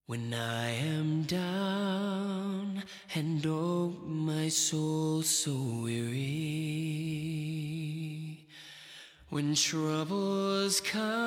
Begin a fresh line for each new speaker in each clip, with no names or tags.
When I am down and oh my soul so weary, when troubles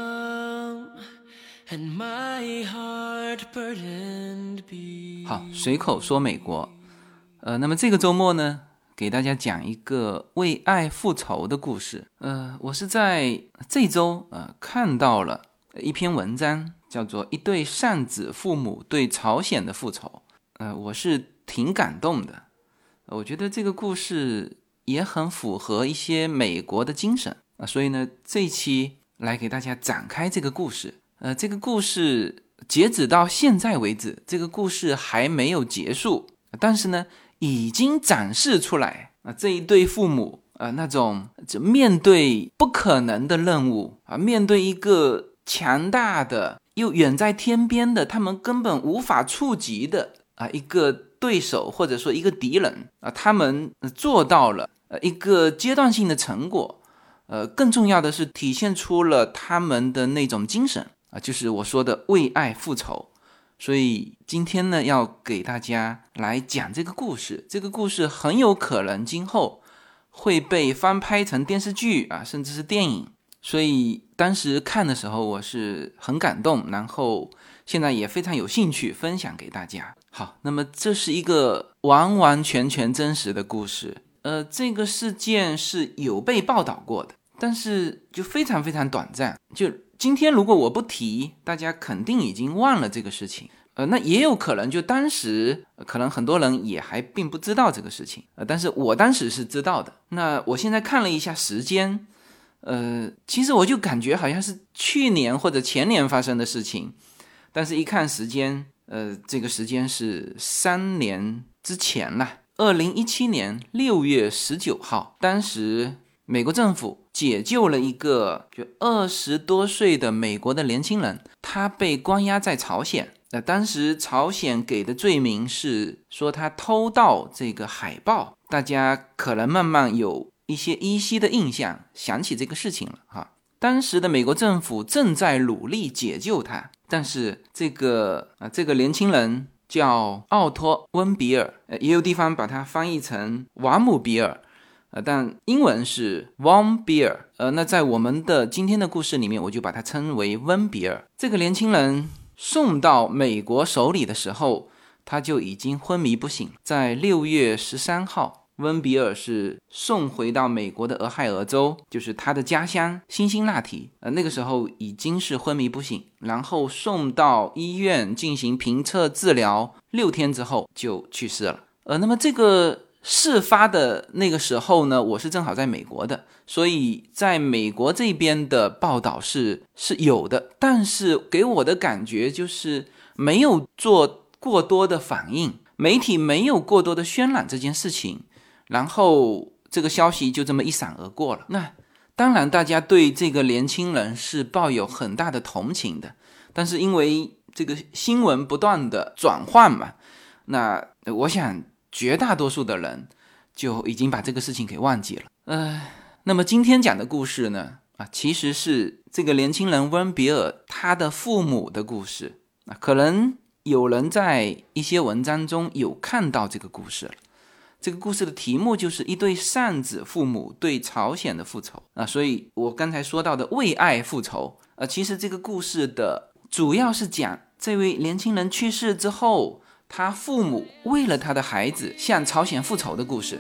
come and my heart burdened be。
好，随口说美国。那么这个周末呢，给大家讲一个为爱复仇的故事。我是在这周看到了一篇文章，叫做《一对善子父母对朝鲜的复仇》。我是挺感动的。我觉得这个故事也很符合一些美国的精神所以呢，这一期来给大家展开这个故事。这个故事截止到现在为止，这个故事还没有结束，但是呢，已经展示出来这一对父母那种面对不可能的任务面对一个强大的又远在天边的他们根本无法触及的一个对手或者说一个敌人他们做到了一个阶段性的成果，更重要的是体现出了他们的那种精神就是我说的为爱复仇。所以今天呢，要给大家来讲这个故事。这个故事很有可能今后会被翻拍成电视剧甚至是电影。所以当时看的时候我是很感动，然后现在也非常有兴趣分享给大家。好，那么这是一个完完全全真实的故事。这个事件是有被报道过的，但是就非常非常短暂。就今天如果我不提，大家肯定已经忘了这个事情。那也有可能就当时可能很多人也还并不知道这个事情但是我当时是知道的。那我现在看了一下时间，其实我就感觉好像是去年或者前年发生的事情，但是一看时间，这个时间是3年之前了，2017年6月19号，当时美国政府解救了一个就20多岁的美国的年轻人，他被关押在朝鲜。当时朝鲜给的罪名是说他偷盗这个海报，大家可能慢慢有一些依稀的印象，想起这个事情了当时的美国政府正在努力解救他，但是这个年轻人叫奥托·温比尔，也有地方把它翻译成瓦姆比尔但英文是 Von Beer。那在我们的今天的故事里面，我就把它称为温比尔。这个年轻人送到美国手里的时候，他就已经昏迷不醒。在6月13号，温比尔是送回到美国的俄亥俄州，就是他的家乡辛辛那提。那个时候已经是昏迷不醒，然后送到医院进行评测治疗，6天之后就去世了。那么这个事发的那个时候呢，我是正好在美国的，所以在美国这边的报道是有的，但是给我的感觉就是没有做过多的反应，媒体没有过多的渲染这件事情，然后这个消息就这么一闪而过了。那当然大家对这个年轻人是抱有很大的同情的，但是因为这个新闻不断的转换嘛，那我想绝大多数的人就已经把这个事情给忘记了。那么今天讲的故事呢，其实是这个年轻人温比尔他的父母的故事。可能有人在一些文章中有看到这个故事了。这个故事的题目就是一对善子父母对朝鲜的复仇所以我刚才说到的为爱复仇其实这个故事的主要是讲这位年轻人去世之后，他父母为了他的孩子向朝鲜复仇的故事。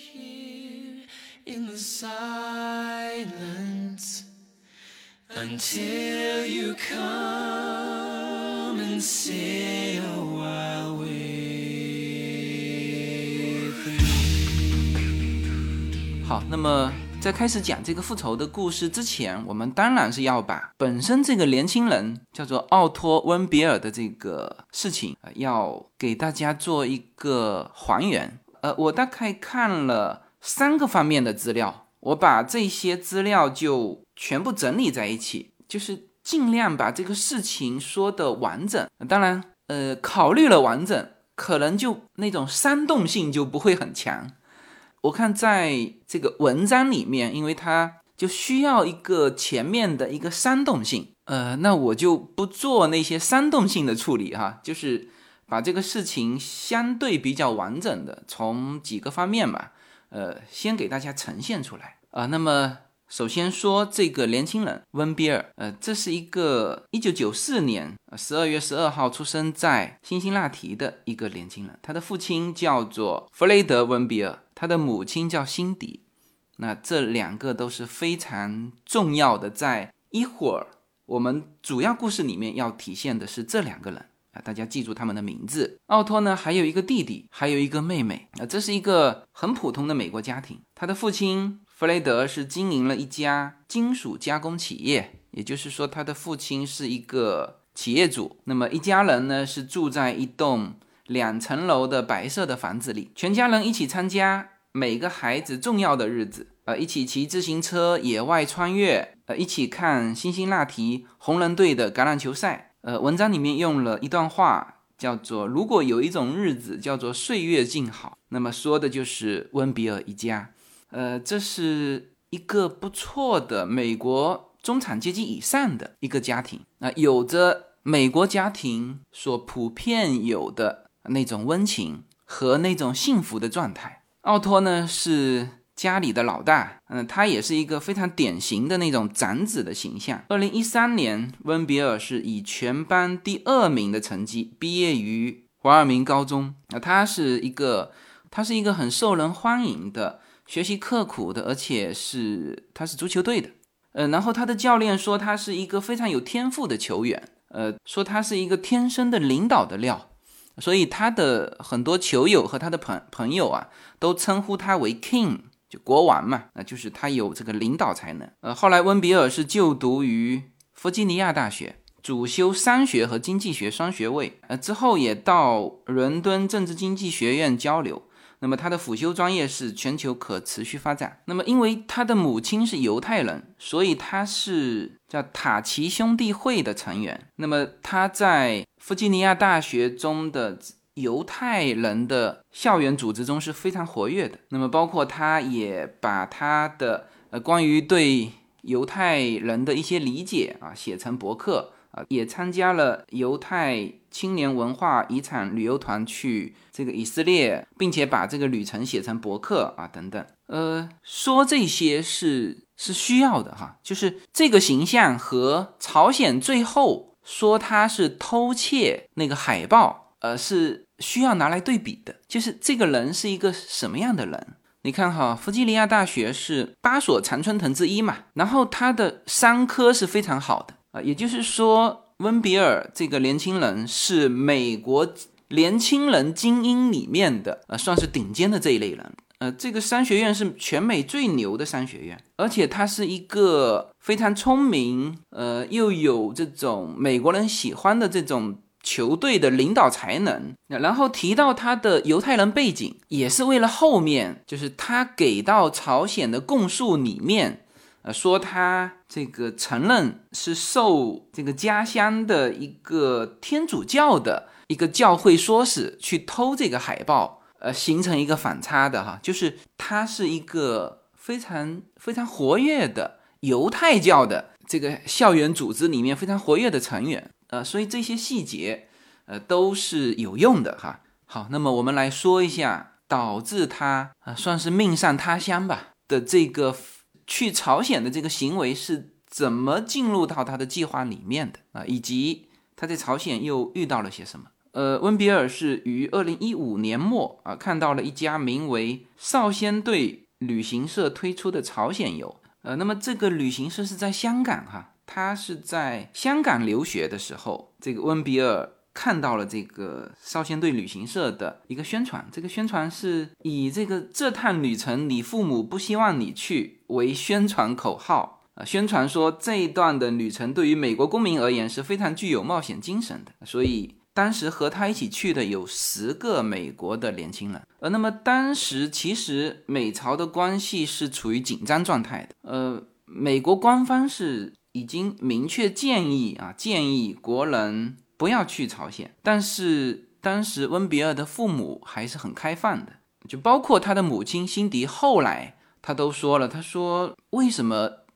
In the silence until you come and sail a while with me。
好，那么在开始讲这个复仇的故事之前，我们当然是要把本身这个年轻人叫做奥托·温比尔的这个事情要给大家做一个还原。我大概看了3个方面的资料，我把这些资料就全部整理在一起，就是尽量把这个事情说的完整。当然考虑了完整，可能就那种煽动性就不会很强。我看在这个文章里面，因为它就需要一个前面的一个煽动性， 那我就不做那些煽动性的处理哈，就是把这个事情相对比较完整的从几个方面吧，先给大家呈现出来啊。那么首先说这个年轻人温比尔，这是一个1994年12月12号出生在辛辛那提的一个年轻人，他的父亲叫做弗雷德温比尔，他的母亲叫辛迪。那这两个都是非常重要的，在一会儿我们主要故事里面要体现的是这两个人啊，大家记住他们的名字。奥托呢还有一个弟弟，还有一个妹妹啊，这是一个很普通的美国家庭。他的父亲弗雷德是经营了一家金属加工企业，也就是说他的父亲是一个企业主。那么一家人呢是住在一栋2层楼的白色的房子里，全家人一起参加每个孩子重要的日子，一起骑自行车野外穿越，一起看辛辛那提红人队的橄榄球赛。文章里面用了一段话，叫做如果有一种日子叫做岁月静好，那么说的就是温比尔一家。这是一个不错的美国中产阶级以上的一个家庭，有着美国家庭所普遍有的那种温情和那种幸福的状态。奥托呢是家里的老大，他也是一个非常典型的那种长子的形象。2013年，温比尔是以全班第2名的成绩毕业于华尔明高中。他是一个很受人欢迎的，学习刻苦的，而且他是足球队的。然后他的教练说他是一个非常有天赋的球员，说他是一个天生的领导的料。所以他的很多球友和他的朋友啊，都称呼他为 King， 就国王嘛，那就是他有这个领导才能。后来温比尔是就读于弗吉尼亚大学，主修商学和经济学双学位，之后也到伦敦政治经济学院交流。那么他的辅修专业是全球可持续发展。那么因为他的母亲是犹太人，所以他是叫塔奇兄弟会的成员。那么他在弗吉尼亚大学中的犹太人的校园组织中是非常活跃的。那么包括他也把他的关于对犹太人的一些理解写成博客，也参加了犹太青年文化遗产旅游团去这个以色列，并且把这个旅程写成博客等等。说这些是需要的哈，就是这个形象和朝鲜最后说他是偷窃那个海报，是需要拿来对比的。就是这个人是一个什么样的人？你看哈，弗吉尼亚大学是8所常春藤之一嘛，然后他的商科是非常好的，也就是说温比尔这个年轻人是美国年轻人精英里面的算是顶尖的这一类人。这个商学院是全美最牛的商学院，而且他是一个非常聪明，又有这种美国人喜欢的这种球队的领导才能。然后提到他的犹太人背景，也是为了后面就是他给到朝鲜的供述里面，说他这个承认是受这个家乡的一个天主教的一个教会唆使去偷这个海报，形成一个反差的哈，就是他是一个非常非常活跃的犹太教的这个校园组织里面非常活跃的成员，所以这些细节都是有用的哈。好，那么我们来说一下导致他算是命丧他乡吧的这个去朝鲜的这个行为是怎么进入到他的计划里面的以及他在朝鲜又遇到了些什么。温比尔是于2015年末看到了一家名为少先队旅行社推出的朝鲜游。那么这个旅行社是在香港哈，他是在香港留学的时候，这个温比尔看到了这个少先队旅行社的一个宣传，这个宣传是以这趟旅程你父母不希望你去为宣传口号，宣传说这一段的旅程对于美国公民而言是非常具有冒险精神的，所以当时和他一起去的有10个美国的年轻人。那么当时其实美朝的关系是处于紧张状态的，美国官方是已经明确建议国人不要去朝鲜，但是当时温比尔的父母还是很开放的，就包括他的母亲辛迪后来他都说了，他说为什么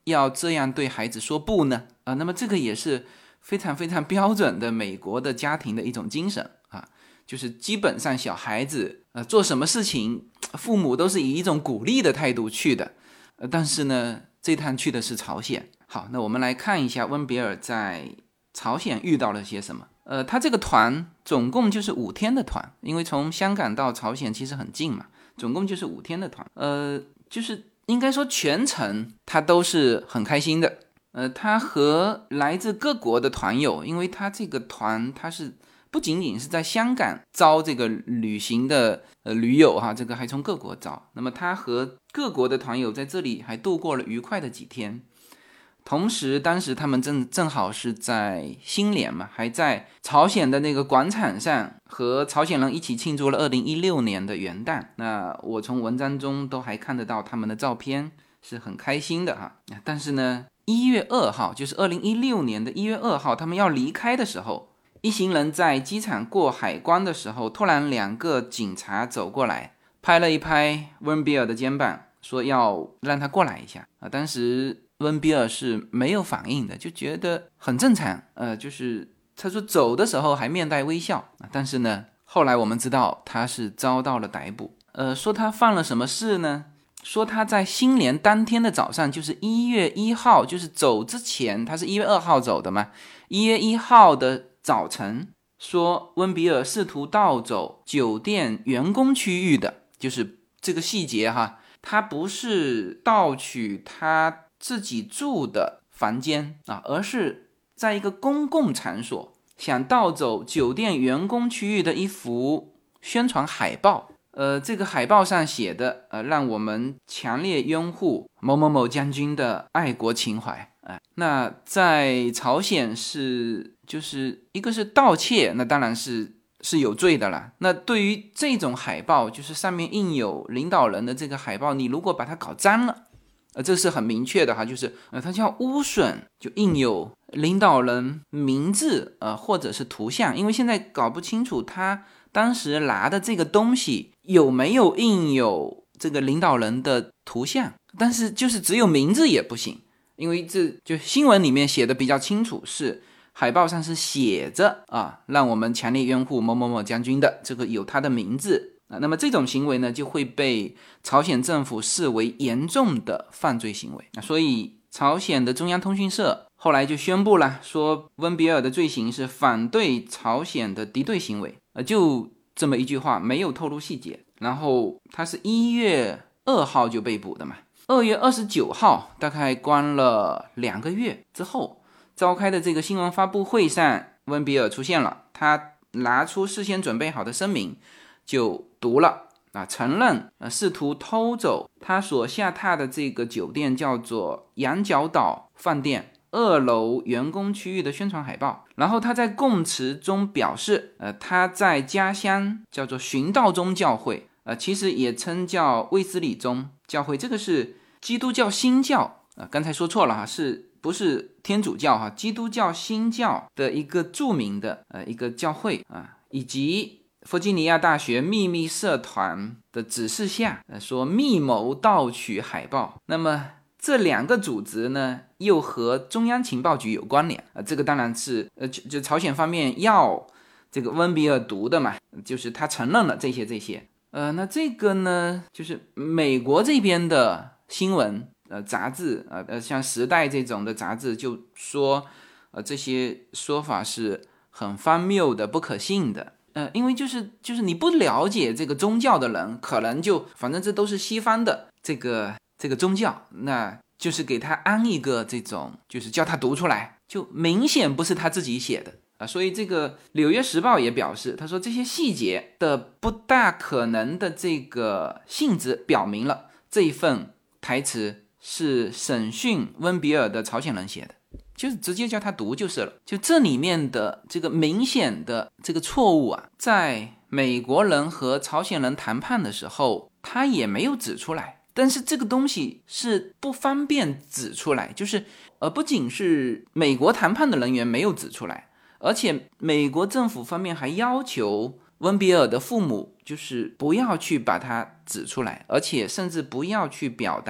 要这样对孩子说不呢？那么这个也是非常非常标准的美国的家庭的一种精神啊，就是基本上小孩子做什么事情，父母都是以一种鼓励的态度去的。但是呢，这趟去的是朝鲜。好，那我们来看一下温比尔在朝鲜遇到了些什么。他这个团总共就是5天的团，因为从香港到朝鲜其实很近嘛，总共就是5天的团。就是应该说全程他都是很开心的。他和来自各国的团友，因为他这个团他是不仅仅是在香港招这个旅行的驴友哈，这个还从各国招。那么他和各国的团友在这里还度过了愉快的几天。同时当时他们正好是在新年嘛，还在朝鲜的那个广场上和朝鲜人一起庆祝了2016年的元旦。那我从文章中都还看得到他们的照片，是很开心的哈。但是呢1月2号就是2016年的1月2号他们要离开的时候，一行人在机场过海关的时候，突然2个警察走过来，拍了一拍温比尔的肩膀，说要让他过来一下当时温比尔是没有反应的，就觉得很正常。就是他说走的时候还面带微笑但是呢，后来我们知道他是遭到了逮捕。说他犯了什么事呢？说他在新年当天的早上，就是1月1号，就是走之前，他是1月2号走的嘛。1月1号的早晨，说温比尔试图盗走酒店员工区域的，就是这个细节哈，他不是盗取他自己住的房间而是在一个公共场所想盗走酒店员工区域的一幅宣传海报。这个海报上写的让我们强烈拥护某某某将军的爱国情怀那在朝鲜就是一个是盗窃，那当然是有罪的啦。那对于这种海报，就是上面印有领导人的这个海报，你如果把它搞脏了这是很明确的哈，就是它叫污损，就印有领导人名字或者是图像，因为现在搞不清楚他当时拿的这个东西有没有印有这个领导人的图像，但是就是只有名字也不行，因为这就新闻里面写的比较清楚，是海报上是写着让我们强烈拥护某某某将军的，这个有他的名字那么这种行为呢，就会被朝鲜政府视为严重的犯罪行为所以朝鲜的中央通讯社后来就宣布了，说温比尔的罪行是反对朝鲜的敌对行为就这么一句话，没有透露细节。然后他是1月2号就被捕的嘛，2月29号大概关了2个月之后召开的这个新闻发布会上，温比尔出现了，他拿出事先准备好的声明就读了承认试图偷走他所下榻的这个酒店叫做羊角岛饭店2楼员工区域的宣传海报。然后他在供词中表示他在家乡叫做寻道宗教会其实也称叫卫斯理宗教会，这个是基督教新教刚才说错了是不是天主教基督教新教的一个著名的一个教会以及弗吉尼亚大学秘密社团的指示下说密谋盗取海报。那么这2个组织呢又和中央情报局有关联这个当然是就朝鲜方面要这个温比尔读的嘛，就是他承认了这些那这个呢就是美国这边的新闻杂志像时代这种的杂志就说这些说法是很荒谬的不可信的因为就是你不了解这个宗教的人可能就反正这都是西方的这个宗教，那就是给他安一个这种就是叫他读出来，就明显不是他自己写的所以这个纽约时报也表示，他说这些细节的不大可能的这个性质表明了这一份台词是审讯温比尔的朝鲜人写的，就是直接叫他读就是了。就这里面的这个明显的这个错误在美国人和朝鲜人谈判的时候他也没有指出来，但是这个东西是不方便指出来，就是不仅是美国谈判的人员没有指出来，而且美国政府方面还要求温比尔的父母就是不要去把它指出来，而且甚至不要去表达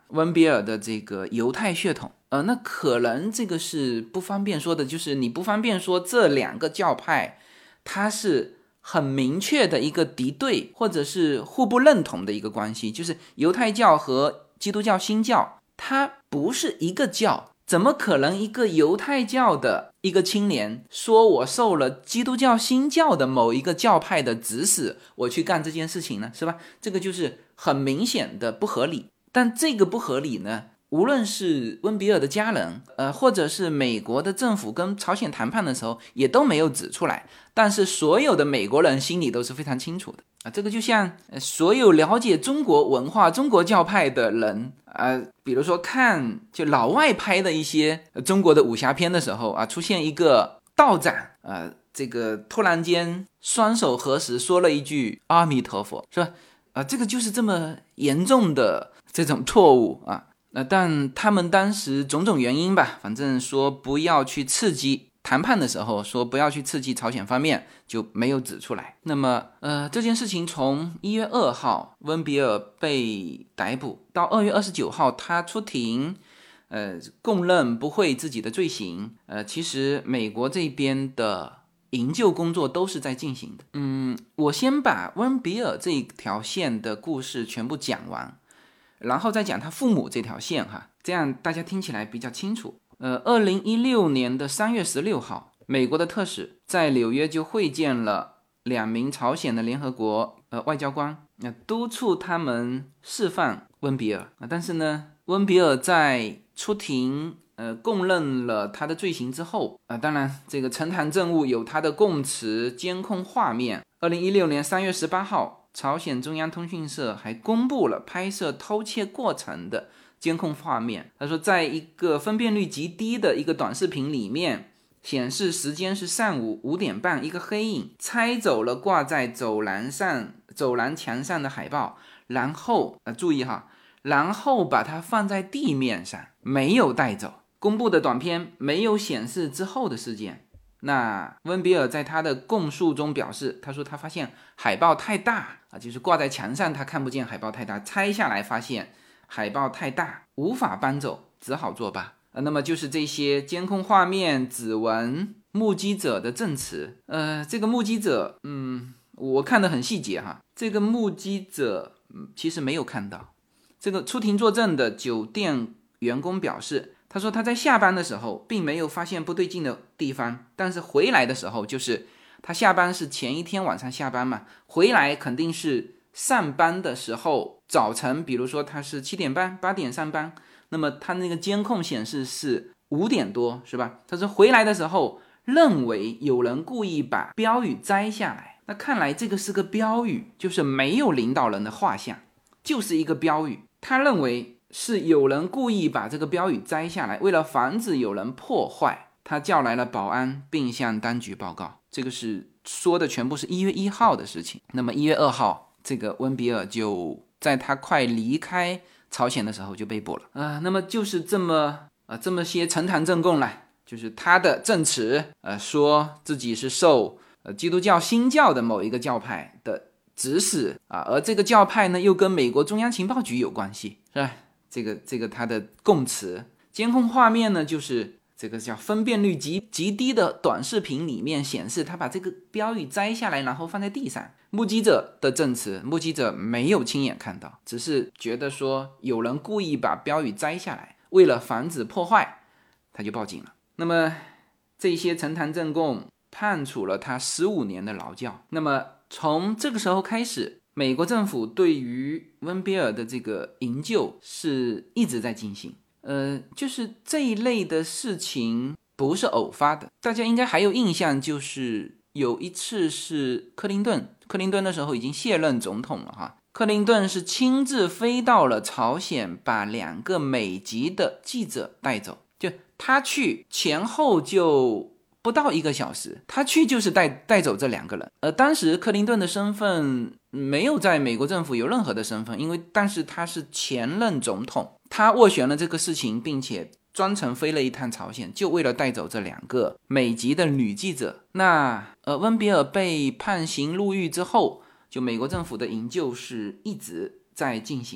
温比尔的这个犹太血统。那可能这个是不方便说的，就是你不方便说这两个教派它是很明确的一个敌对或者是互不认同的一个关系，就是犹太教和基督教新教它不是一个教，怎么可能一个犹太教的一个青年说我受了基督教新教的某一个教派的指使我去干这件事情呢？是吧？这个就是很明显的不合理。但这个不合理呢，无论是温比尔的家人或者是美国的政府跟朝鲜谈判的时候也都没有指出来，但是所有的美国人心里都是非常清楚的这个就像所有了解中国文化中国教派的人比如说看就老外拍的一些中国的武侠片的时候出现一个道长这个突然间双手合十说了一句阿弥陀佛，是吧？这个就是这么严重的这种错误但他们当时种种原因吧，反正说不要去刺激谈判的时候，说不要去刺激朝鲜方面，就没有指出来。那么这件事情从1月2号温比尔被逮捕到2月29号他出庭供认不讳自己的罪行其实美国这边的营救工作都是在进行的。我先把温比尔这条线的故事全部讲完，然后再讲他父母这条线这样大家听起来比较清楚。2016年的3月16号，美国的特使在纽约就会见了2名朝鲜的联合国外交官，督促他们释放温比尔但是呢，温比尔在出庭供认了他的罪行之后当然这个呈堂证物有他的供词、监控画面。2016年3月18号，朝鲜中央通讯社还公布了拍摄偷窃过程的监控画面。他说在一个分辨率极低的一个短视频里面显示时间是上午5点半，一个黑影拆走了挂在走廊墙上的海报，然后注意然后把它放在地面上，没有带走。公布的短片没有显示之后的事件。那温比尔在他的供述中表示，他说他发现海报太大就是挂在墙上他看不见海报太大，拆下来发现海报太大无法搬走，只好作罢那么就是这些监控画面、指纹、目击者的证词这个目击者我看得很细节这个目击者其实没有看到。这个出庭作证的酒店员工表示，他说他在下班的时候并没有发现不对劲的地方，但是回来的时候，就是他下班是前一天晚上下班嘛，回来肯定是上班的时候早晨，比如说他是7点半8点上班，那么他那个监控显示是5点多是吧？他说回来的时候认为有人故意把标语摘下来，那看来这个是个标语，就是没有领导人的画像，就是一个标语。他认为是有人故意把这个标语摘下来，为了防止有人破坏，他叫来了保安并向当局报告。这个是说的全部是1月1号的事情。那么1月2号这个温比尔就在他快离开朝鲜的时候就被捕了那么就是这么些呈堂证供了，就是他的证词说自己是受基督教新教的某一个教派的指使而这个教派呢又跟美国中央情报局有关系，是吧？这个他的供词。监控画面呢，就是这个叫分辨率极低的短视频里面显示他把这个标语摘下来然后放在地上。目击者的证词，目击者没有亲眼看到，只是觉得说有人故意把标语摘下来，为了防止破坏他就报警了。那么这些呈堂证供判处了他15年的劳教。那么从这个时候开始，美国政府对于温比尔的这个营救是一直在进行就是这一类的事情不是偶发的。大家应该还有印象，就是有一次是克林顿那时候已经卸任总统了克林顿是亲自飞到了朝鲜，把2个美籍的记者带走，就他去前后就不到1个小时，他去就是带走这2个人。当时克林顿的身份没有在美国政府有任何的身份，但是他是前任总统，他斡旋了这个事情，并且专程飞了一趟朝鲜，就为了带走这2个美籍的女记者。那温比尔被判刑入狱之后，就美国政府的营救是一直在进行。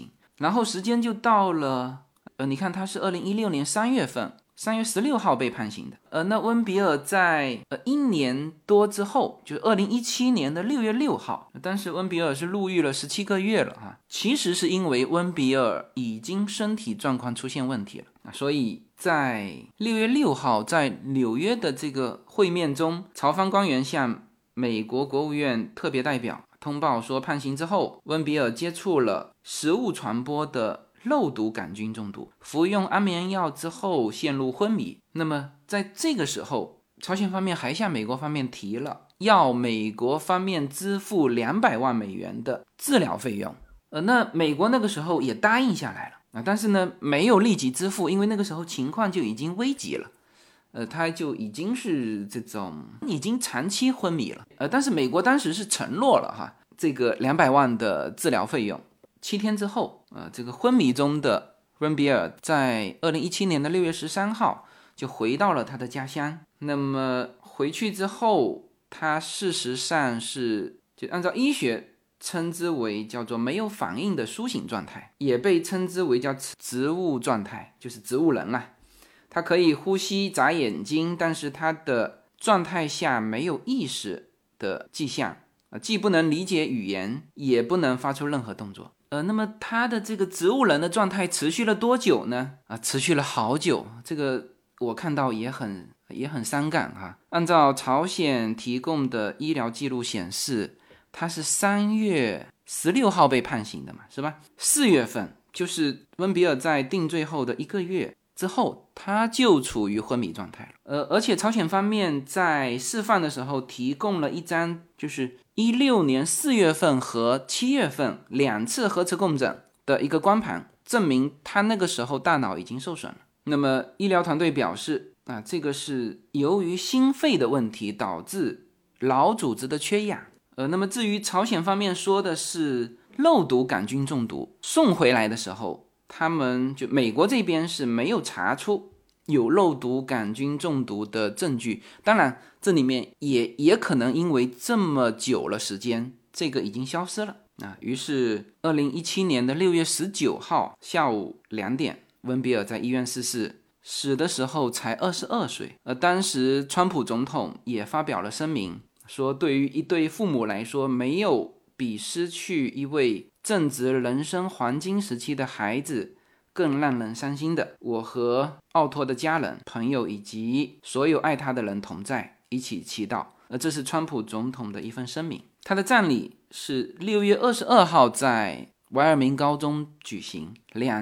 然后时间就到了，你看他是2016年3月份，3月16号被判刑的。那温比尔在1年多之后，就是2017年的6月6号，当时温比尔是入狱了17个月了哈。其实是因为温比尔已经身体状况出现问题了，所以在6月6号在纽约的这个会面中，曹方官员向美国国务院特别代表通报说，判刑之后，温比尔接触了食物传播的肉毒杆菌中毒，服用安眠药之后陷入昏迷。那么在这个时候，朝鲜方面还向美国方面提了要美国方面支付200万美元的治疗费用。那美国那个时候也答应下来了但是呢没有立即支付，因为那个时候情况就已经危急了。他就已经是这种已经长期昏迷了。但是美国当时是承诺了哈这个200万的治疗费用。7天之后，这个昏迷中的温比尔在2017年的6月13号就回到了他的家乡。那么回去之后，他事实上是就按照医学称之为叫做没有反应的苏醒状态，也被称之为叫植物状态，就是植物人啊。他可以呼吸、眨眼睛，但是他的状态下没有意识的迹象，既不能理解语言，也不能发出任何动作。那么他的这个植物人的状态持续了多久呢？持续了好久，这个我看到也很伤感哈。按照朝鲜提供的医疗记录显示，他是3月16号被判刑的嘛，是吧？4月份，就是温比尔在定罪后的1个月之后，他就处于昏迷状态了。而且朝鲜方面在释放的时候提供了一张就是16年4月份和7月份2次核磁共振的一个光盘，证明他那个时候大脑已经受损了。那么医疗团队表示这个是由于心肺的问题导致脑组织的缺氧。那么至于朝鲜方面说的是肉毒杆菌中毒，送回来的时候他们就美国这边是没有查出有肉毒杆菌中毒的证据。当然这里面也可能因为这么久了时间，这个已经消失了于是2017年的6月19号下午2点，温比尔在医院逝世，死的时候才22岁。当时川普总统也发表了声明，说对于一对父母来说，没有比失去一位正值人生黄金时期的孩子更让人伤心的。我和奥托的家人、朋友以及所有爱他的人同在，一起祈祷。这是川普总统的一份声明。他的葬礼是6月22号在怀尔明高中举行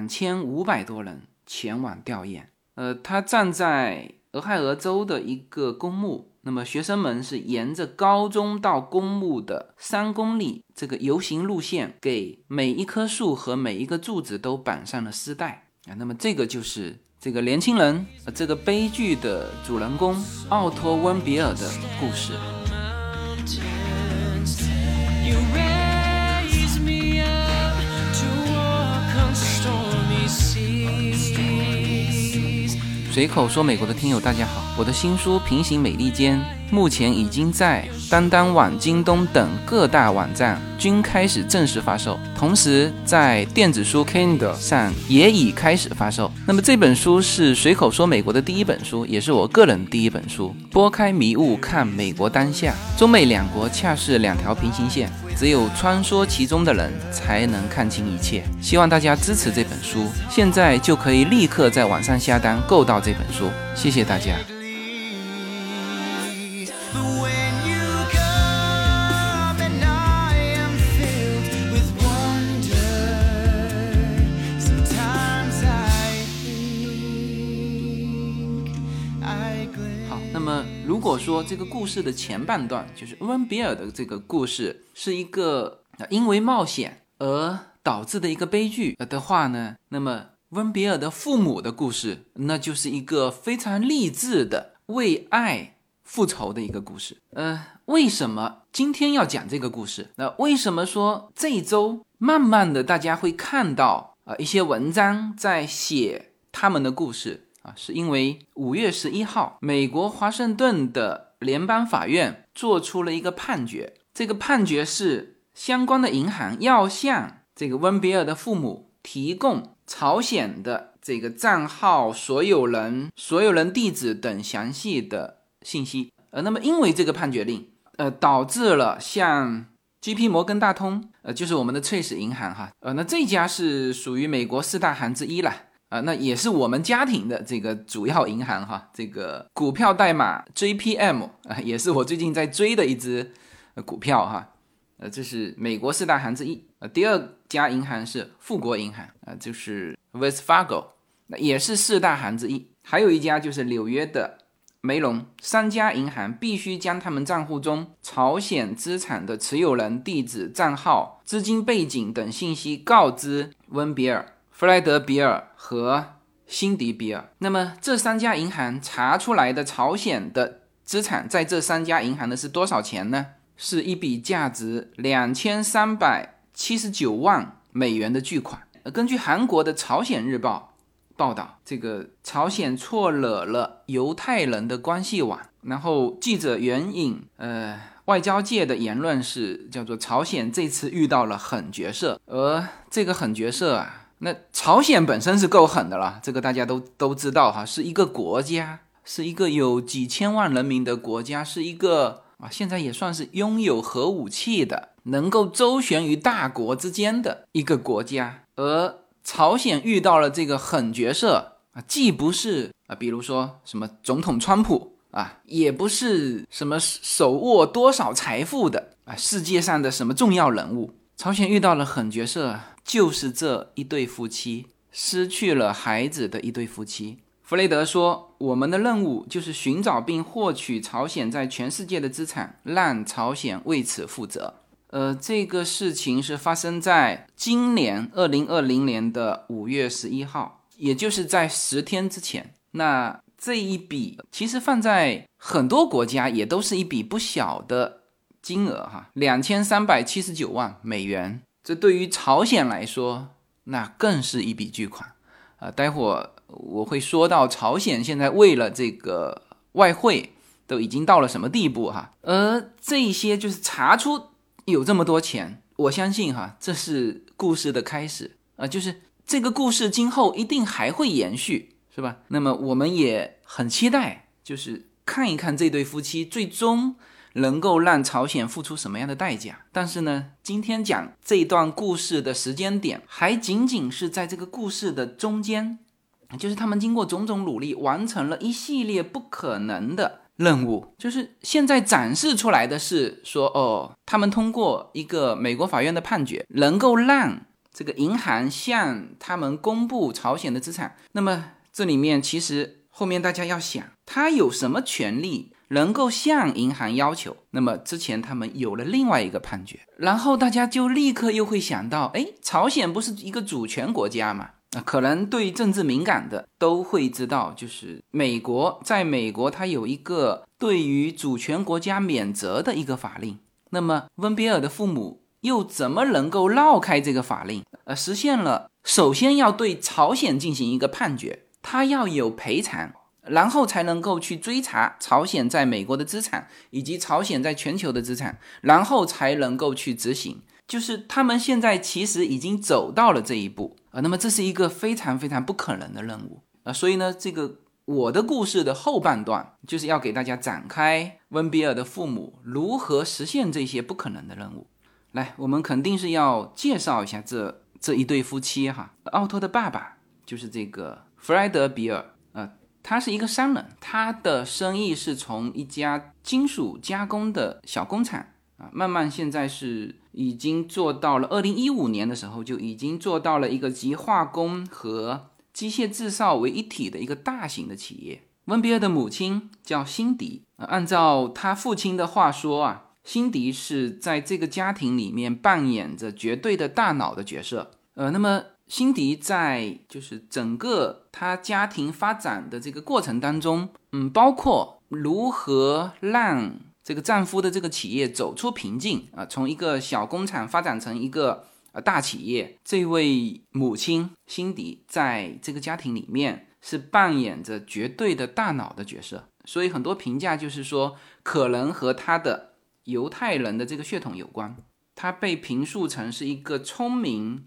，2500多人前往吊唁。他站在俄亥俄州的一个公墓，那么学生们是沿着高中到公墓的3公里这个游行路线，给每一棵树和每一个柱子都绑上了丝带那么这个就是这个年轻人这个悲剧的主人公奥托·温比尔的故事。随口说美国的听友大家好，我的新书《平行美利坚》目前已经在当当网、京东等各大网站均开始正式发售，同时在电子书 Kindle 上也已开始发售。那么这本书是随口说美国的第一本书，也是我个人第一本书。拨开迷雾看美国当下，中美两国恰是2条平行线，只有穿梭其中的人才能看清一切。希望大家支持这本书，现在就可以立刻在网上下单购到这本书，谢谢大家。那么如果说这个故事的前半段，就是温比尔的这个故事是一个因为冒险而导致的一个悲剧的话呢，那么温比尔的父母的故事那就是一个非常励志的为爱复仇的一个故事。为什么今天要讲这个故事？为什么说这一周慢慢的大家会看到一些文章在写他们的故事是因为5月11号美国华盛顿的联邦法院做出了一个判决。这个判决是相关的银行要向这个温比尔的父母提供朝鲜的这个账号、所有人地址等详细的信息。那么因为这个判决令，导致了像 JP 摩根大通，就是我们的翠石银行哈，那这家是属于美国4大行之一了。那也是我们家庭的这个主要银行哈，这个股票代码 JPM 也是我最近在追的一只股票哈。这是美国4大行之一。第二家银行是富国银行就是 Wells Fargo， 也是4大行之一。还有一家就是纽约的梅隆。3家银行必须将他们账户中朝鲜资产的持有人、地址、账号、资金背景等信息告知温比尔、弗莱德比尔和辛迪比尔。那么这3家银行查出来的朝鲜的资产，在这3家银行的是多少钱呢？是一笔价值2379万美元的巨款。根据韩国的朝鲜日报报道，这个朝鲜错惹了犹太人的关系网。然后记者援引外交界的言论是叫做朝鲜这次遇到了狠角色。而这个狠角色那朝鲜本身是够狠的了，这个大家都知道哈，是一个国家，是一个有几千万人民的国家，是一个现在也算是拥有核武器的，能够周旋于大国之间的一个国家。而朝鲜遇到了这个狠角色既不是比如说什么总统川普也不是什么手握多少财富的世界上的什么重要人物。朝鲜遇到了狠角色，就是这一对夫妻，失去了孩子的一对夫妻。弗雷德说，我们的任务就是寻找并获取朝鲜在全世界的资产，让朝鲜为此负责。这个事情是发生在今年2020年的5月11号，也就是在10天之前。那这一笔其实放在很多国家也都是一笔不小的金额哈，2379万美元。这对于朝鲜来说，那更是一笔巨款。待会儿我会说到朝鲜现在为了这个外汇都已经到了什么地步哈。而这些就是查出有这么多钱，我相信哈，这是故事的开始就是这个故事今后一定还会延续，是吧？那么我们也很期待，就是看一看这对夫妻最终能够让朝鲜付出什么样的代价。但是呢，今天讲这一段故事的时间点还仅仅是在这个故事的中间，就是他们经过种种努力完成了一系列不可能的任务。就是现在展示出来的是说他们通过一个美国法院的判决能够让这个银行向他们公布朝鲜的资产。那么这里面其实后面大家要想，他有什么权利能够向银行要求？那么之前他们有了另外一个判决，然后大家就立刻又会想到，朝鲜不是一个主权国家吗？可能对政治敏感的都会知道，就是在美国它有一个对于主权国家免责的一个法令。那么温比尔的父母又怎么能够绕开这个法令，实现了首先要对朝鲜进行一个判决，他要有赔偿，然后才能够去追查朝鲜在美国的资产以及朝鲜在全球的资产，然后才能够去执行。就是他们现在其实已经走到了这一步那么这是一个非常非常不可能的任务所以呢，这个我的故事的后半段就是要给大家展开温比尔的父母如何实现这些不可能的任务。来，我们肯定是要介绍一下这一对夫妻哈。奥托的爸爸就是这个弗莱德比尔他是一个商人，他的生意是从一家金属加工的小工厂慢慢现在是已经做到了2015年的时候就已经做到了一个集化工和机械制造为一体的一个大型的企业。温比尔的母亲叫辛迪按照他父亲的话说辛迪是在这个家庭里面扮演着绝对的大脑的角色那么辛迪在就是整个他家庭发展的这个过程当中包括如何让这个丈夫的这个企业走出瓶颈从一个小工厂发展成一个大企业，这位母亲辛迪在这个家庭里面是扮演着绝对的大脑的角色。所以很多评价就是说可能和他的犹太人的这个血统有关，他被评述成是一个聪明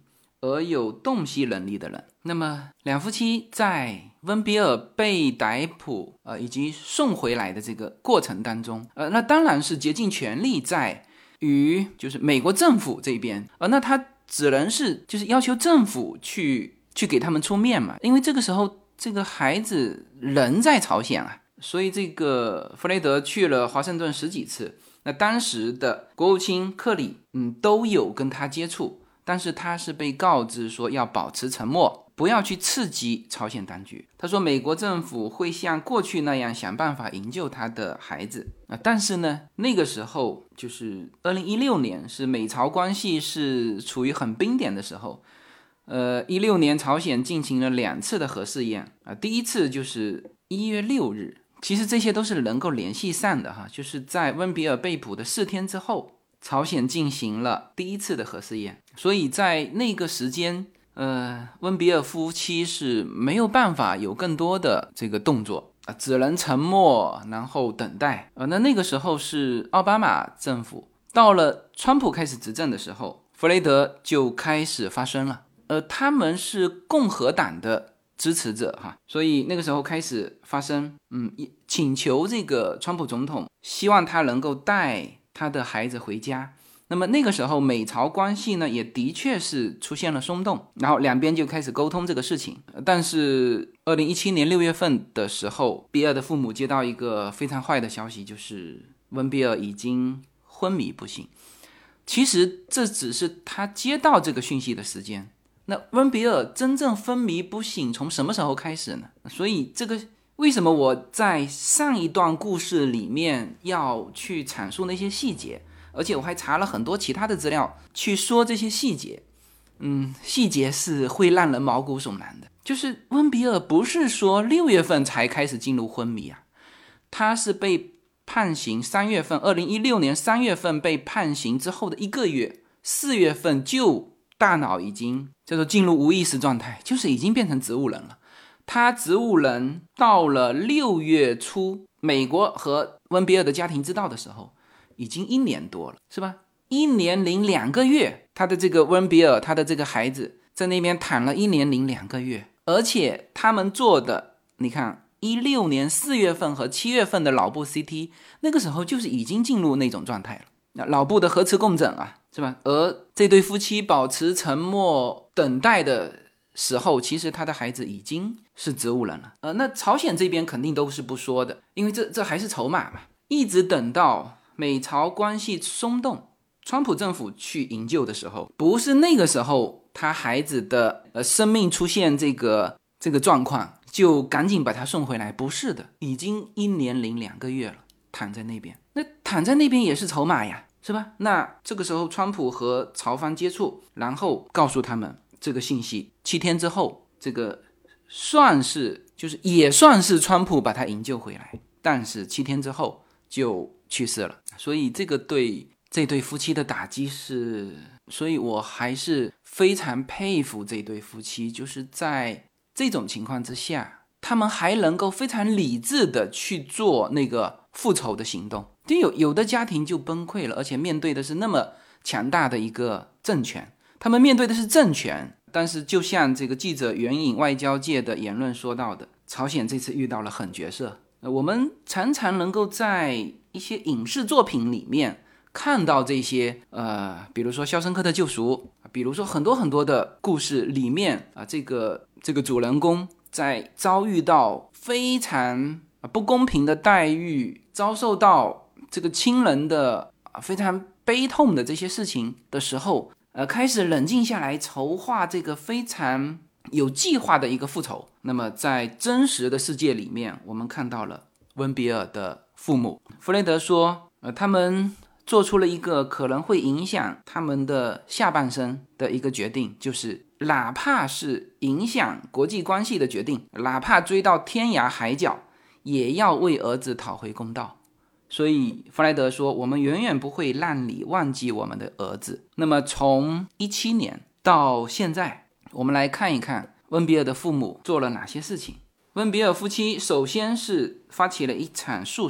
而有洞悉能力的人。那么两夫妻在温比尔被逮捕以及送回来的这个过程当中，那当然是竭尽全力在于就是美国政府这边，那他只能是就是要求政府去给他们出面嘛，因为这个时候这个孩子人在朝鲜啊，所以这个弗雷德去了华盛顿10几次，那当时的国务卿克里都有跟他接触，但是他是被告知说要保持沉默，不要去刺激朝鲜当局。他说美国政府会像过去那样想办法营救他的孩子但是呢，那个时候就是2016年，是美朝关系是处于很冰点的时候。16年朝鲜进行了2次的核试验第一次就是1月6日，其实这些都是能够联系上的哈，就是在温比尔被捕的4天之后，朝鲜进行了第1次的核试验，所以在那个时间温比尔夫妻是没有办法有更多的这个动作只能沉默然后等待那个时候是奥巴马政府，到了川普开始执政的时候，弗雷德就开始发声了他们是共和党的支持者哈，所以那个时候开始发声请求这个川普总统希望他能够带他的孩子回家。那么那个时候美朝关系呢也的确是出现了松动，然后两边就开始沟通这个事情。但是2017年6月份的时候，比尔的父母接到一个非常坏的消息，就是温比尔已经昏迷不醒。其实这只是他接到这个讯息的时间，那温比尔真正昏迷不醒从什么时候开始呢？所以这个为什么我在上一段故事里面要去阐述那些细节，而且我还查了很多其他的资料去说这些细节细节是会让人毛骨悚然的。就是温比尔不是说6月份才开始进入昏迷他是被判刑3月份2016年3月份被判刑之后的1个月4月份就大脑已经叫做进入无意识状态，就是已经变成植物人了。他植物人到了6月初，美国和温比尔的家庭知道的时候已经1年多了，是吧？1年零2个月，他的这个温比尔，他的这个孩子在那边躺了1年零2个月，而且他们做的你看16年4月份和7月份的脑部 CT， 那个时候就是已经进入那种状态了，脑部的核磁共振是吧？而这对夫妻保持沉默等待的时候，其实他的孩子已经是植物人了那朝鲜这边肯定都是不说的，因为这还是筹码嘛。一直等到美朝关系松动，川普政府去营救的时候，不是那个时候他孩子的生命出现这个状况就赶紧把他送回来，不是的，已经1年零2个月了，躺在那边。那躺在那边也是筹码呀，是吧？那这个时候川普和朝方接触，然后告诉他们这个信息，7天之后，这个算是就是也算是川普把他营救回来，但是7天之后就去世了。所以这个对这对夫妻的打击是，所以我还是非常佩服这对夫妻，就是在这种情况之下，他们还能够非常理智的去做那个复仇的行动。有的家庭就崩溃了，而且面对的是那么强大的一个政权，他们面对的是政权，但是就像这个记者援引外交界的言论说到的，朝鲜这次遇到了狠角色。我们常常能够在一些影视作品里面看到这些比如说《肖申克的救赎》，比如说很多很多的故事里面这个主人公在遭遇到非常不公平的待遇，遭受到这个亲人的非常悲痛的这些事情的时候开始冷静下来，筹划这个非常有计划的一个复仇。那么在真实的世界里面，我们看到了温比尔的父母。弗雷德说他们做出了一个可能会影响他们的下半生的一个决定，就是哪怕是影响国际关系的决定，哪怕追到天涯海角，也要为儿子讨回公道。所以弗莱德说，我们远远不会让你忘记我们的儿子。那么从17年到现在，我们来看一看温比尔的父母做了哪些事情。温比尔夫妻首先是发起了一场诉讼，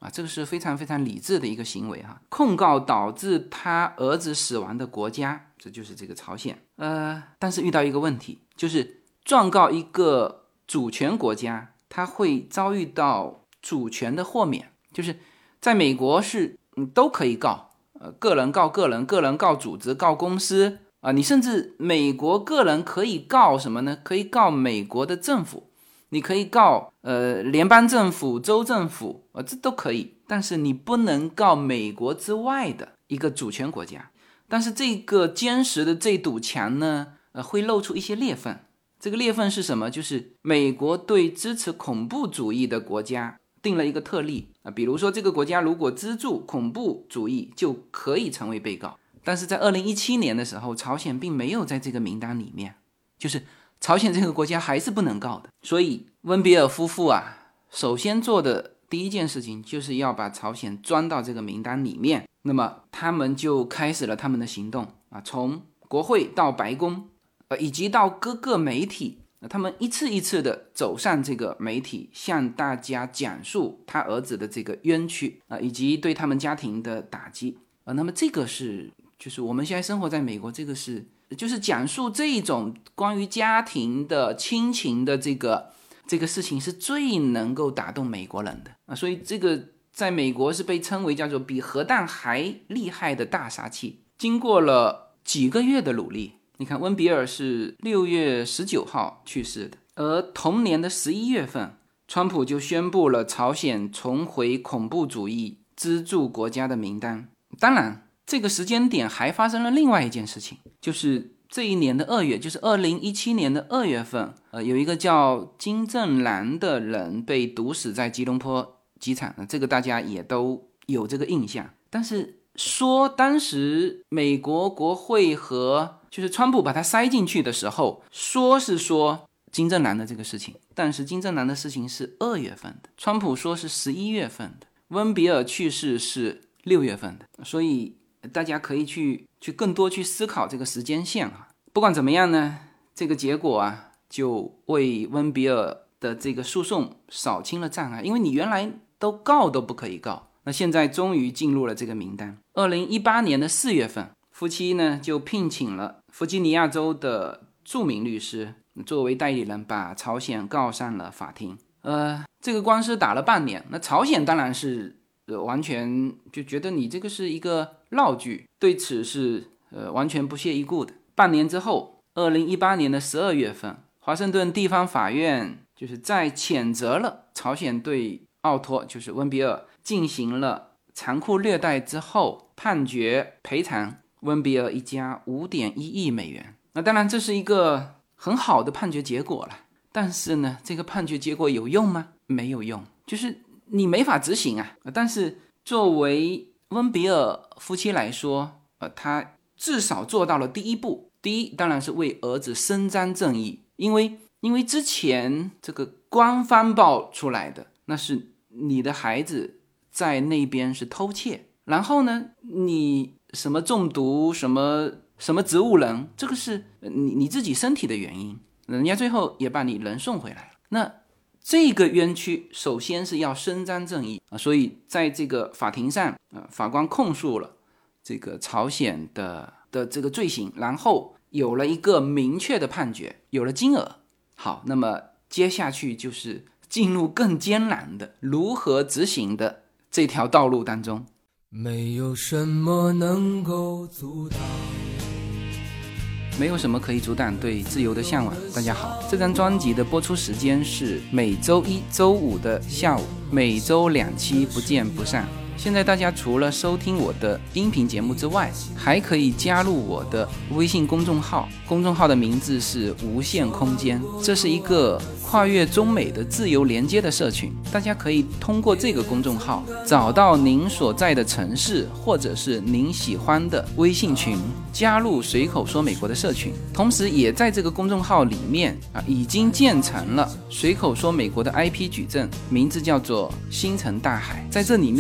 啊，这个是非常非常理智的一个行为哈。控告导致他儿子死亡的国家，这就是这个朝鲜。但是遇到一个问题，就是状告一个主权国家，他会遭遇到主权的豁免，就是在美国是都可以告，个人告个人，个人告组织，告公司啊，你甚至美国个人可以告什么呢？可以告美国的政府。你可以告联邦政府、州政府，这都可以，但是你不能告美国之外的一个主权国家。但是这个坚实的这堵墙呢，会露出一些裂缝。这个裂缝是什么？就是美国对支持恐怖主义的国家定了一个特例啊，比如说这个国家如果资助恐怖主义，就可以成为被告。但是在2017年的时候，朝鲜并没有在这个名单里面，就是朝鲜这个国家还是不能告的。所以温比尔夫妇啊，首先做的第一件事情就是要把朝鲜装到这个名单里面。那么他们就开始了他们的行动啊，从国会到白宫，以及到各个媒体，他们一次一次的走上这个媒体，向大家讲述他儿子的这个冤屈啊，以及对他们家庭的打击啊。那么这个是就是我们现在生活在美国，这个是就是讲述这种关于家庭的亲情的这个事情是最能够打动美国人的啊，所以这个在美国是被称为叫做比核弹还厉害的大杀器。经过了几个月的努力，你看温比尔是6月19号去世的，而同年的11月份，川普就宣布了朝鲜重回恐怖主义资助国家的名单。当然这个时间点还发生了另外一件事情，就是这一年的2月，就是2017年的2月份，有一个叫金正男的人被毒死在吉隆坡机场，这个大家也都有这个印象。但是说当时美国国会和就是川普把他塞进去的时候，说是说金正男的这个事情，但是金正男的事情是2月份的，川普说是11月份的，温比尔去世是6月份的，所以大家可以去更多去思考这个时间线啊。不管怎么样呢，这个结果啊，就为温比尔的这个诉讼扫清了障碍，因为你原来都不可以告，那现在终于进入了这个名单。2018年的4月份，夫妻呢就聘请了弗吉尼亚州的著名律师作为代理人，把朝鲜告上了法庭。这个官司打了半年，那朝鲜当然是完全就觉得你这个是一个闹剧，对此是完全不屑一顾的。半年之后，2018年的12月份，华盛顿地方法院就是在谴责了朝鲜对奥托就是温比尔进行了残酷虐待之后，判决赔偿温比尔一家5.1亿美元。那当然这是一个很好的判决结果了，但是呢，这个判决结果有用吗？没有用，就是你没法执行啊。但是作为温比尔夫妻来说，他至少做到了第一步。第一，当然是为儿子伸张正义，因为之前这个官方报出来的，那是你的孩子在那边是偷窃，然后呢，你什么中毒，什么植物人，这个是你自己身体的原因，人家最后也把你人送回来了。那这个冤屈首先是要伸张正义啊，所以在这个法庭上，法官控诉了这个朝鲜的这个罪行，然后有了一个明确的判决，有了金额。好，那么接下去就是进入更艰难的如何执行的这条道路当中。
没有什么能够阻挡，
没有什么可以阻挡对自由的向往。大家好，这张专辑的播出时间是每周一、周五的下午，每周2期，不见不散。现在大家除了收听我的音频节目之外，还可以加入我的微信公众号，公众号的名字是无限空间，这是一个跨越中美的自由连接的社群，大家可以通过这个公众号找到您所在的城市或者是您喜欢的微信群，加入随口说美国的社群。同时也在这个公众号里面已经建成了随口说美国的 IP 矩阵，名字叫做星辰大海。在这里面呢，大家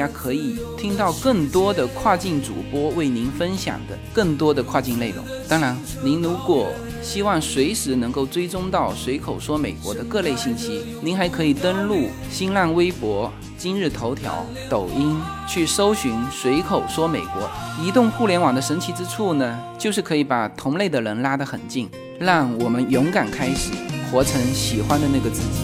可以听到更多的跨境主播为您分享的更多的跨境内容。当然，您如果希望随时能够追踪到随口说美国的各类信息，您还可以登录新浪微博、今日头条、抖音去搜寻随口说美国。移动互联网的神奇之处呢，就是可以把同类的人拉得很近，让我们勇敢开始，活成喜欢的那个自己。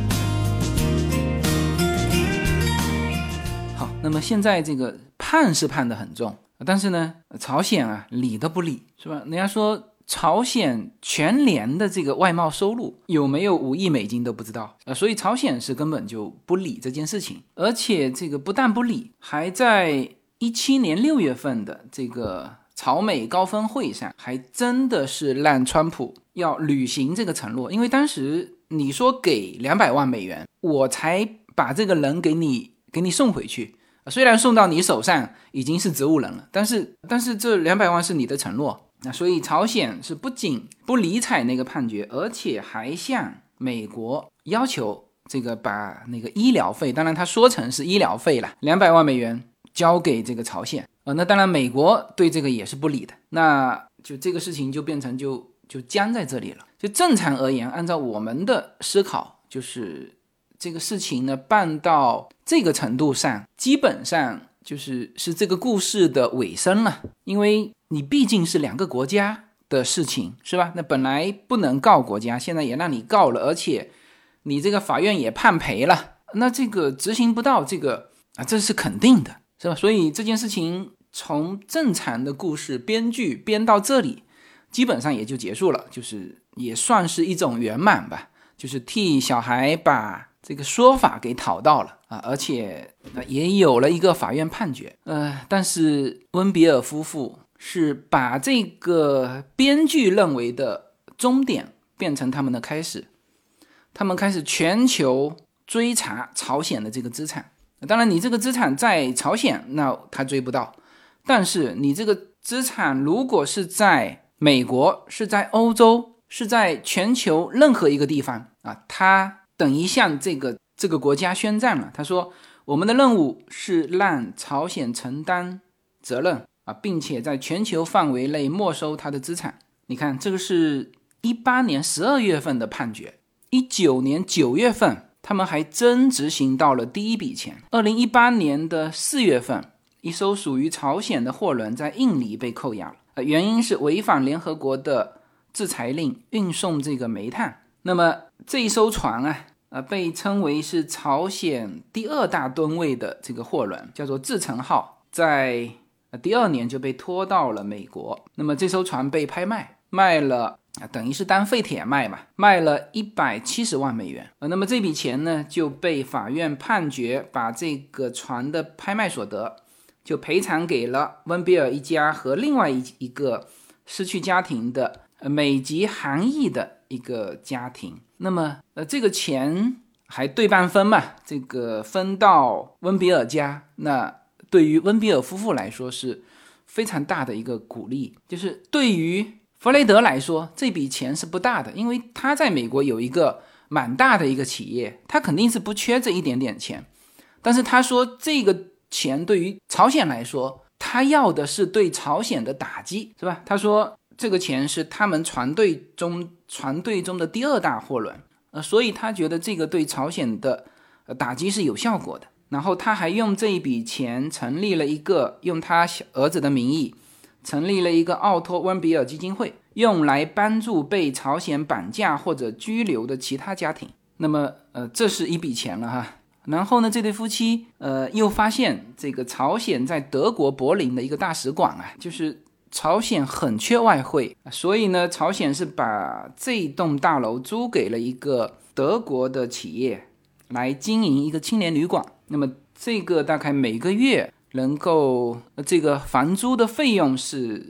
好，那么现在这个判是判得很重，但是呢，朝鲜啊理都不理，是吧？人家说朝鲜全年的这个外贸收入有没有5亿美金都不知道，所以朝鲜是根本就不理这件事情，而且这个不但不理，还在17年6月份的这个朝美高峰会上，还真的是让川普要履行这个承诺。因为当时你说给200万美元，我才把这个人给你送回去，虽然送到你手上已经是植物人了，但是这200万是你的承诺。那所以朝鲜是不仅不理睬那个判决，而且还向美国要求这个把那个医疗费，当然他说成是医疗费了，200万美元交给这个朝鲜。那当然美国对这个也是不理的，那就这个事情就变成就僵在这里了。就正常而言，按照我们的思考，就是这个事情呢办到这个程度上，基本上是这个故事的尾声了。因为你毕竟是2个国家的事情，是吧？那本来不能告国家，现在也让你告了，而且你这个法院也判赔了，那这个执行不到，这是肯定的，是吧？所以这件事情从正常的故事编剧编到这里，基本上也就结束了，就是也算是一种圆满吧，就是替小孩把这个说法给讨到了而且也有了一个法院判决。但是温比尔夫妇是把这个编剧认为的终点变成他们的开始，他们开始全球追查朝鲜的这个资产。当然你这个资产在朝鲜，那他追不到，但是你这个资产如果是在美国，是在欧洲，是在全球任何一个地方他等于向这个国家宣战了。他说我们的任务是让朝鲜承担责任并且在全球范围内没收他的资产。你看这个是18年12月份的判决，19年9月份他们还真执行到了第一笔钱。2018年的4月份，一艘属于朝鲜的货轮在印尼被扣押了，原因是违反联合国的制裁令，运送这个煤炭。那么这一艘船被称为是朝鲜第2大吨位的这个货轮，叫做至诚号，在第2年就被拖到了美国。那么这艘船被拍卖了等于是当废铁卖嘛，卖了170万美元。那么这笔钱呢就被法院判决把这个船的拍卖所得就赔偿给了温比尔一家和另外一个失去家庭的美籍韩裔的一个家庭。那么这个钱还对半分嘛，这个分到温比尔家，那对于温比尔夫妇来说是非常大的一个鼓励。就是对于弗雷德来说这笔钱是不大的，因为他在美国有一个蛮大的一个企业，他肯定是不缺这一点点钱。但是他说这个钱对于朝鲜来说，他要的是对朝鲜的打击，是吧？他说这个钱是他们船队中的第2大货轮，所以他觉得这个对朝鲜的打击是有效果的。然后他还用这一笔钱成立了一个，用他儿子的名义成立了一个奥托温比尔基金会，用来帮助被朝鲜绑架或者拘留的其他家庭。那么这是一笔钱了哈。然后呢，这对夫妻又发现这个朝鲜在德国柏林的一个大使馆就是朝鲜很缺外汇，所以呢朝鲜是把这栋大楼租给了一个德国的企业来经营一个青年旅馆。那么这个大概每个月能够这个房租的费用是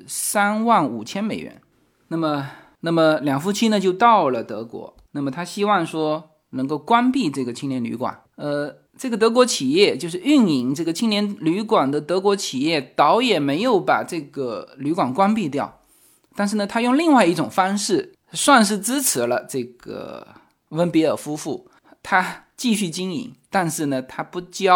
35000美元。那么两夫妻呢就到了德国，那么他希望说能够关闭这个青年旅馆。这个德国企业就是运营这个青年旅馆的德国企业，倒也没有把这个旅馆关闭掉，但是呢他用另外一种方式算是支持了这个温比尔夫妇，他继续经营，但是呢他不交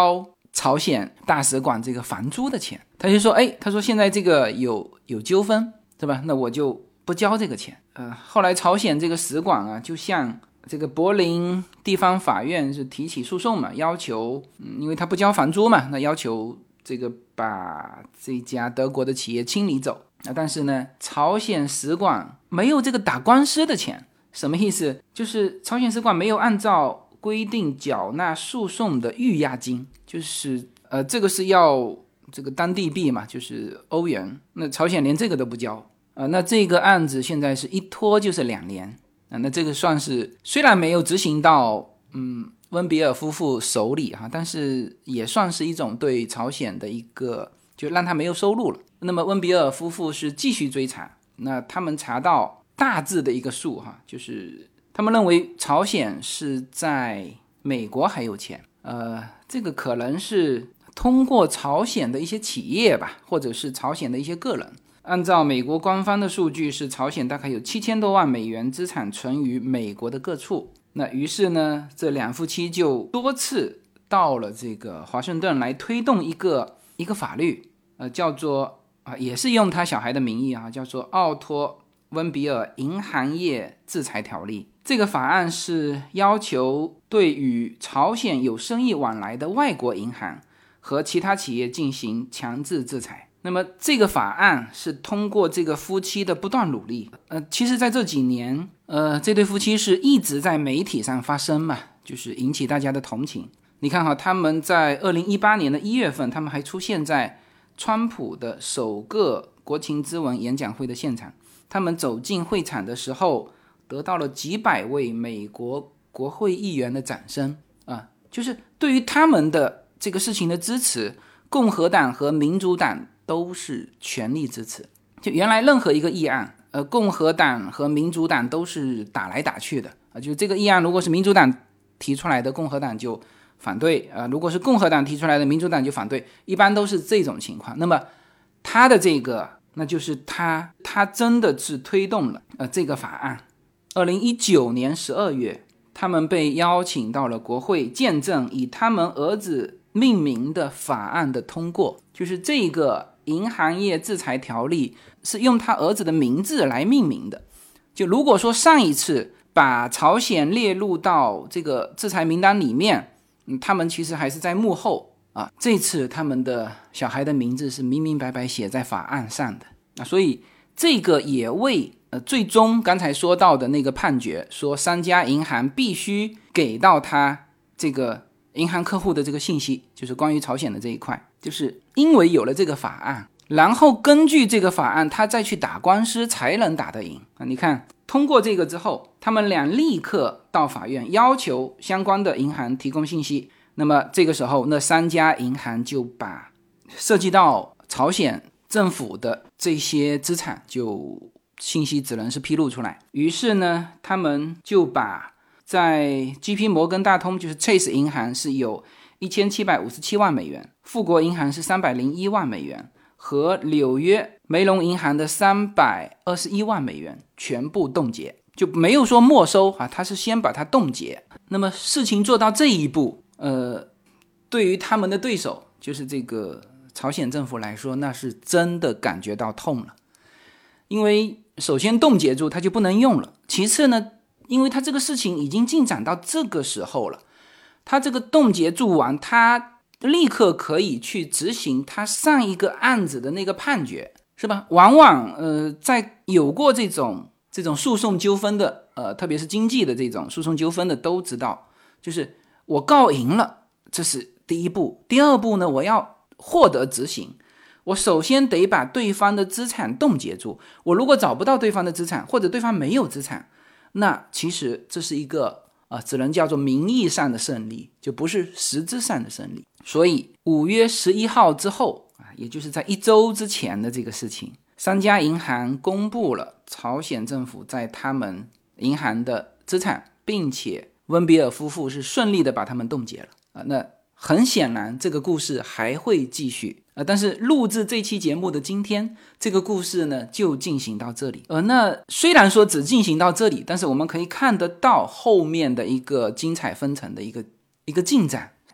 朝鲜大使馆这个房租的钱。他就说，他说现在这个有纠纷，对吧？那我就不交这个钱。后来朝鲜这个使馆啊，就向这个柏林地方法院是提起诉讼嘛，要求，因为他不交房租嘛，那要求这个把这家德国的企业清理走。但是呢，朝鲜使馆没有这个打官司的钱。什么意思？就是朝鲜使馆没有按照规定缴纳诉讼的预押金，就是这个是要这个当地币嘛，就是欧元。那朝鲜连这个都不交。那这个案子现在是一拖就是2年。那这个算是虽然没有执行到温比尔夫妇手里但是也算是一种对朝鲜的一个，就让他没有收入了。那么温比尔夫妇是继续追查，那他们查到大致的一个数就是他们认为朝鲜是在美国还有钱。这个可能是通过朝鲜的一些企业吧，或者是朝鲜的一些个人。按照美国官方的数据，是朝鲜大概有7000多万美元资产存于美国的各处。那于是呢，这两夫妻就多次到了这个华盛顿来推动一个法律，叫做也是用他小孩的名义叫做奥托温比尔银行业制裁条例。这个法案是要求对与朝鲜有生意往来的外国银行和其他企业进行强制制裁。那么这个法案是通过这个夫妻的不断努力，其实在这几年，这对夫妻是一直在媒体上发声嘛，就是引起大家的同情。你看他们在2018年的1月份，他们还出现在川普的首个国情咨文演讲会的现场。他们走进会场的时候，得到了几百位美国国会议员的掌声就是对于他们的这个事情的支持，共和党和民主党都是全力支持。就原来任何一个议案，共和党和民主党都是打来打去的就这个议案如果是民主党提出来的，共和党就反对如果是共和党提出来的，民主党就反对，一般都是这种情况。那么他的这个，那就是他真的是推动了这个法案。2019年12月，他们被邀请到了国会见证以他们儿子命名的法案的通过，就是这个银行业制裁条例是用他儿子的名字来命名的。就如果说上一次把朝鲜列入到这个制裁名单里面，他们其实还是在幕后这次他们的小孩的名字是明明白白写在法案上的所以这个也为最终刚才说到的那个判决，说3家银行必须给到他这个银行客户的这个信息，就是关于朝鲜的这一块，就是因为有了这个法案，然后根据这个法案他再去打官司才能打得赢你看通过这个之后，他们俩立刻到法院要求相关的银行提供信息。那么这个时候那3家银行就把涉及到朝鲜政府的这些资产就信息只能是披露出来。于是呢，他们就把在 JP 摩根大通就是 Chase 银行是有1757万美元，富国银行是301万美元，和纽约梅隆银行的321万美元全部冻结，就没有说没收他是先把它冻结。那么事情做到这一步，对于他们的对手就是这个朝鲜政府来说，那是真的感觉到痛了。因为首先冻结住它就不能用了，其次呢，因为它这个事情已经进展到这个时候了，它这个冻结住完，它立刻可以去执行它上一个案子的那个判决，是吧？往往在有过这种诉讼纠纷的特别是经济的这种诉讼纠纷的都知道，就是我告赢了，这是第一步。第二步呢，我要获得执行，我首先得把对方的资产冻结住。我如果找不到对方的资产，或者对方没有资产，那其实这是一个只能叫做名义上的胜利，就不是实质上的胜利。所以5月11号之后也就是在1周之前的这个事情，3家银行公布了朝鲜政府在他们银行的资产，并且温比尔夫妇是顺利的把他们冻结了那很显然这个故事还会继续但是录制这期节目的今天，这个故事呢就进行到这里那虽然说只进行到这里，但是我们可以看得到后面的一个精彩纷呈的一个进展。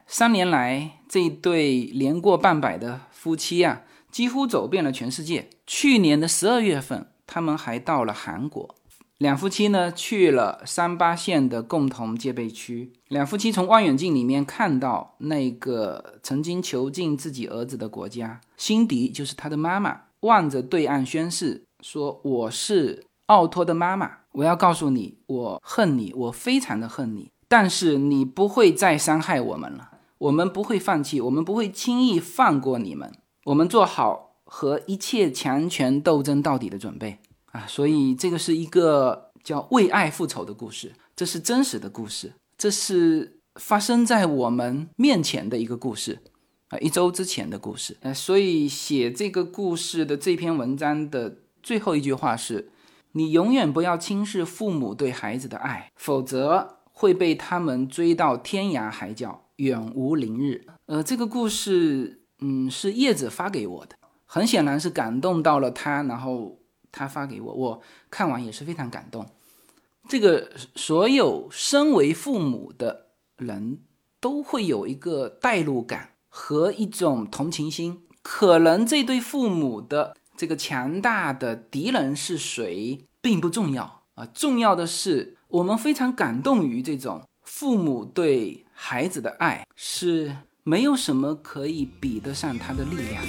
3年来，这一对年过半百的夫妻啊，几乎走遍了全世界。去年的12月份，他们还到了韩国。两夫妻呢去了38县的共同戒备区。两夫妻从望远镜里面看到那个曾经囚禁自己儿子的国家。辛迪就是他的妈妈，望着对岸宣誓说：“我是奥托的妈妈，我要告诉你，我恨你，我非常的恨你，但是你不会再伤害我们了，我们不会放弃，我们不会轻易放过你们，我们做好和一切强权斗争到底的准备。”所以这个是一个叫为爱复仇的故事，这是真实的故事，这是发生在我们面前的一个故事，1周之前的故事。所以写这个故事的这篇文章的最后一句话是：你永远不要轻视父母对孩子的爱，否则会被他们追到天涯海角，永无宁日。这个故事是叶子发给我的，很显然是感动到了他，然后他发给我，我看完也是非常感动。这个所有身为父母的人都会有一个代入感和一种同情心。可能这对父母的这个强大的敌人是谁并不重要重要的是我们非常感动于这种父母对孩子的爱，是没有什么可以比得上他的力量。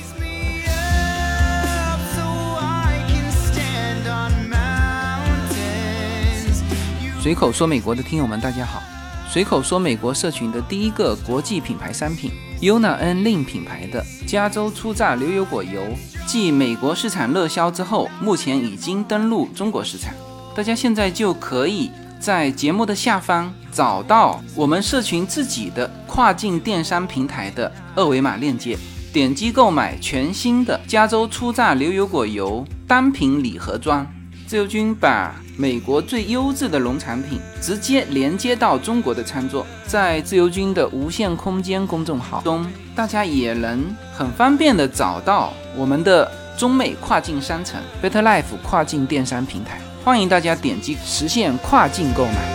随口说美国的听友们大家好，随口说美国社群的第一个国际品牌商品 Yona and Lin 品牌的加州初榨牛油果油，继美国市场热销之后，目前已经登陆中国市场。大家现在就可以在节目的下方找到我们社群自己的跨境电商平台的二维码链接，点击购买全新的加州初榨牛油果油单品礼盒装。自由军把美国最优质的农产品直接连接到中国的餐桌，在自由军的无限空间公众号中，大家也能很方便的找到我们的中美跨境商城 Better Life 跨境电商平台，欢迎大家点击实现跨境购买。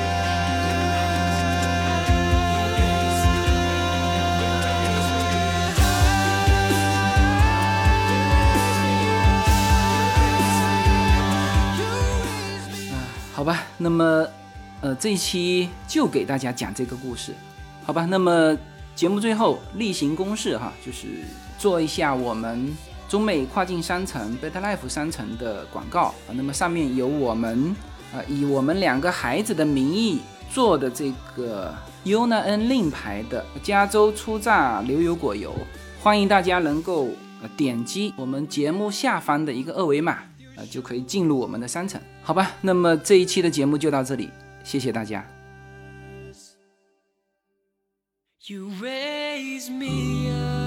好吧，那么这一期就给大家讲这个故事，好吧。那么节目最后例行公事就是做一下我们中美跨境商城 Better Life 商城的广告那么上面有我们以我们2个孩子的名义做的这个 Yona and Lin 牌的加州初榨牛油果油，欢迎大家能够点击我们节目下方的一个二维码就可以进入我们的商城，好吧。那么这一期的节目就到这里，谢谢大家。
You raise me up